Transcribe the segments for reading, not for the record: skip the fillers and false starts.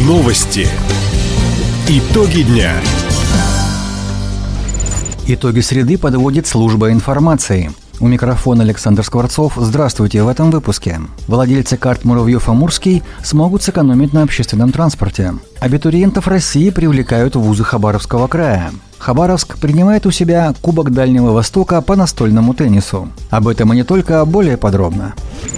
Новости. Итоги дня. Итоги среды подводит служба информации. У микрофона Александр Скворцов. Здравствуйте в этом выпуске. Владельцы карт Муравьев-Амурский смогут сэкономить на общественном транспорте. Абитуриентов России привлекают в вузы Хабаровского края. Хабаровск принимает у себя Кубок Дальнего Востока по настольному теннису. Об этом и не только, более подробно.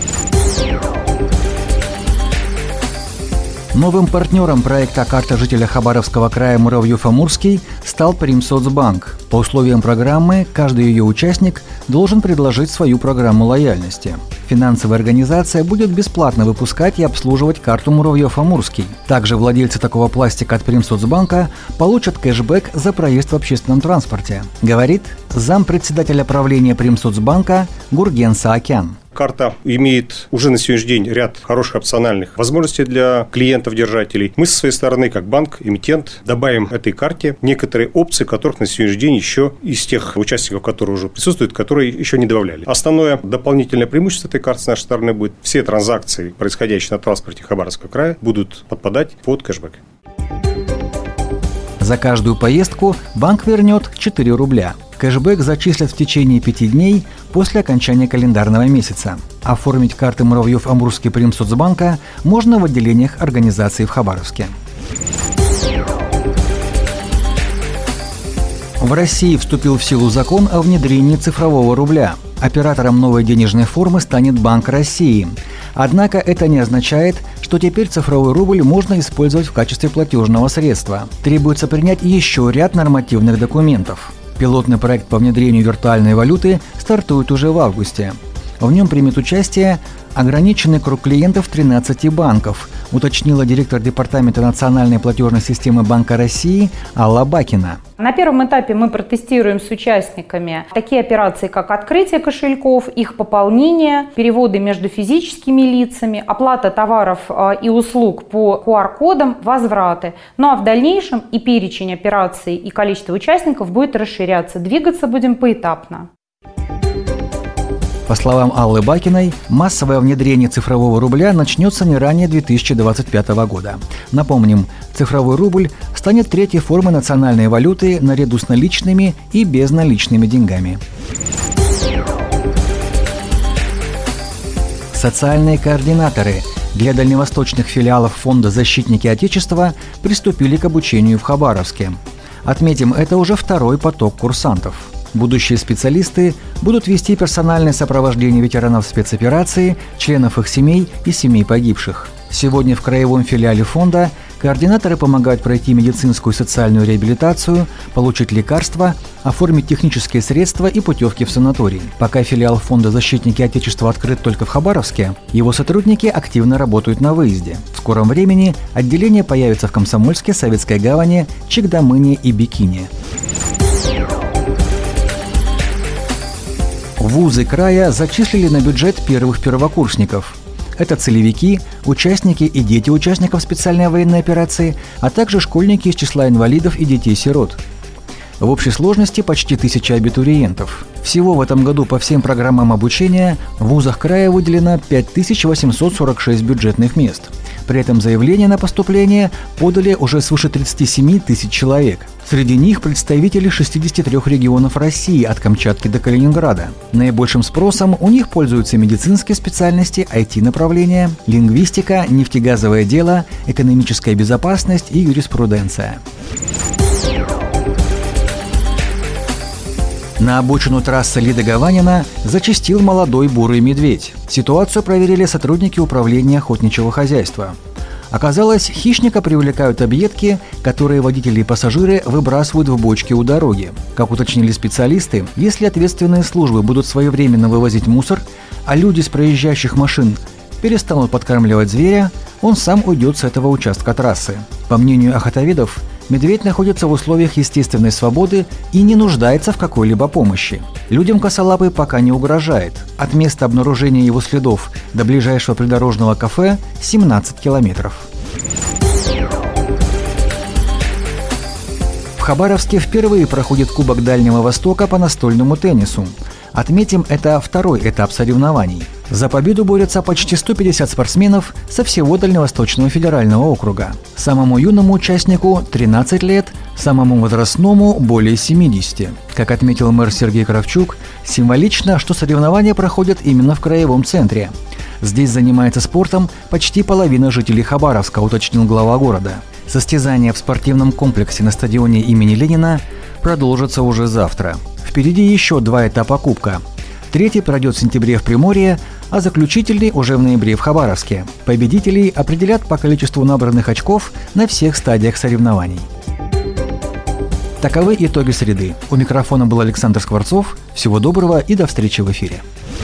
Новым партнером проекта «Карта жителя Хабаровского края Муравьев-Амурский» стал Примсоцбанк. По условиям программы, каждый ее участник должен предложить свою программу лояльности. Финансовая организация будет бесплатно выпускать и обслуживать карту Муравьев-Амурский. Также владельцы такого пластика от Примсоцбанка получат кэшбэк за проезд в общественном транспорте, говорит зампредседателя правления Примсоцбанка Гурген Саакян. Карта имеет уже на сегодняшний день ряд хороших опциональных возможностей для клиентов-держателей. Мы со своей стороны, как банк, эмитент, добавим этой карте некоторые опции, которых на сегодняшний день еще из тех участников, которые уже присутствуют, которые еще не добавляли. Основное дополнительное преимущество этой карты с нашей стороны будет: все транзакции, происходящие на транспорте Хабаровского края, будут подпадать под кэшбэк. За каждую поездку банк вернет 4 рубля. Кэшбэк зачислят в течение 5 дней после окончания календарного месяца. Оформить карты Муравьев-Амурский Примсоцбанка можно в отделениях организации в Хабаровске. В России вступил в силу закон о внедрении цифрового рубля. Оператором новой денежной формы станет Банк России. Однако это не означает, что теперь цифровой рубль можно использовать в качестве платежного средства. Требуется принять еще ряд нормативных документов. Пилотный проект по внедрению виртуальной валюты стартует уже в августе. В нем примет участие ограниченный круг клиентов 13 банков, уточнила директор Департамента национальной платежной системы Банка России Алла Бакина. На первом этапе мы протестируем с участниками такие операции, как открытие кошельков, их пополнение, переводы между физическими лицами, оплата товаров и услуг по QR-кодам, возвраты. Ну а в дальнейшем и перечень операций, и количество участников будет расширяться. Двигаться будем поэтапно. По словам Аллы Бакиной, массовое внедрение цифрового рубля начнется не ранее 2025 года. Напомним, цифровой рубль станет третьей формой национальной валюты наряду с наличными и безналичными деньгами. Социальные координаторы для дальневосточных филиалов Фонда «Защитники Отечества» приступили к обучению в Хабаровске. Отметим, это уже второй поток курсантов. Будущие специалисты будут вести персональное сопровождение ветеранов спецоперации, членов их семей и семей погибших. Сегодня в краевом филиале фонда координаторы помогают пройти медицинскую и социальную реабилитацию, получить лекарства, оформить технические средства и путевки в санаторий. Пока филиал фонда «Защитники Отечества» открыт только в Хабаровске, его сотрудники активно работают на выезде. В скором времени отделение появится в Комсомольске, Советской Гавани, Чикдамыне и Бикине. Вузы края зачислили на бюджет первых первокурсников. Это целевики, участники и дети участников специальной военной операции, а также школьники из числа инвалидов и детей-сирот. В общей сложности почти 1000 абитуриентов. Всего в этом году по всем программам обучения в вузах края выделено 5846 бюджетных мест. При этом заявления на поступление подали уже свыше 37 тысяч человек. Среди них представители 63 регионов России от Камчатки до Калининграда. Наибольшим спросом у них пользуются медицинские специальности, IT-направления, лингвистика, нефтегазовое дело, экономическая безопасность и юриспруденция. На обочину трассы Лида-Гаванина зачастил молодой бурый медведь. Ситуацию проверили сотрудники управления охотничьего хозяйства. Оказалось, хищника привлекают объедки, которые водители и пассажиры выбрасывают в бочки у дороги. Как уточнили специалисты, если ответственные службы будут своевременно вывозить мусор, а люди с проезжающих машин перестанут подкармливать зверя, он сам уйдет с этого участка трассы. По мнению охотоведов, медведь находится в условиях естественной свободы и не нуждается в какой-либо помощи. Людям косолапый пока не угрожает. От места обнаружения его следов до ближайшего придорожного кафе 17 километров. В Хабаровске впервые проходит Кубок Дальнего Востока по настольному теннису. Отметим, это второй этап соревнований. За победу борются почти 150 спортсменов со всего Дальневосточного федерального округа. Самому юному участнику 13 лет, самому возрастному более 70. Как отметил мэр Сергей Кравчук, символично, что соревнования проходят именно в краевом центре. Здесь занимается спортом почти половина жителей Хабаровска, уточнил глава города. Состязания в спортивном комплексе на стадионе имени Ленина продолжатся уже завтра. Впереди еще 2 этапа Кубка. Третий пройдет в сентябре в Приморье, а заключительный уже в ноябре в Хабаровске. Победителей определят по количеству набранных очков на всех стадиях соревнований. Таковы итоги среды. У микрофона был Александр Скворцов. Всего доброго и до встречи в эфире.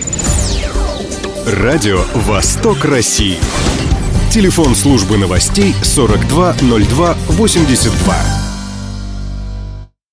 Радио «Восток России». Телефон службы новостей 420282.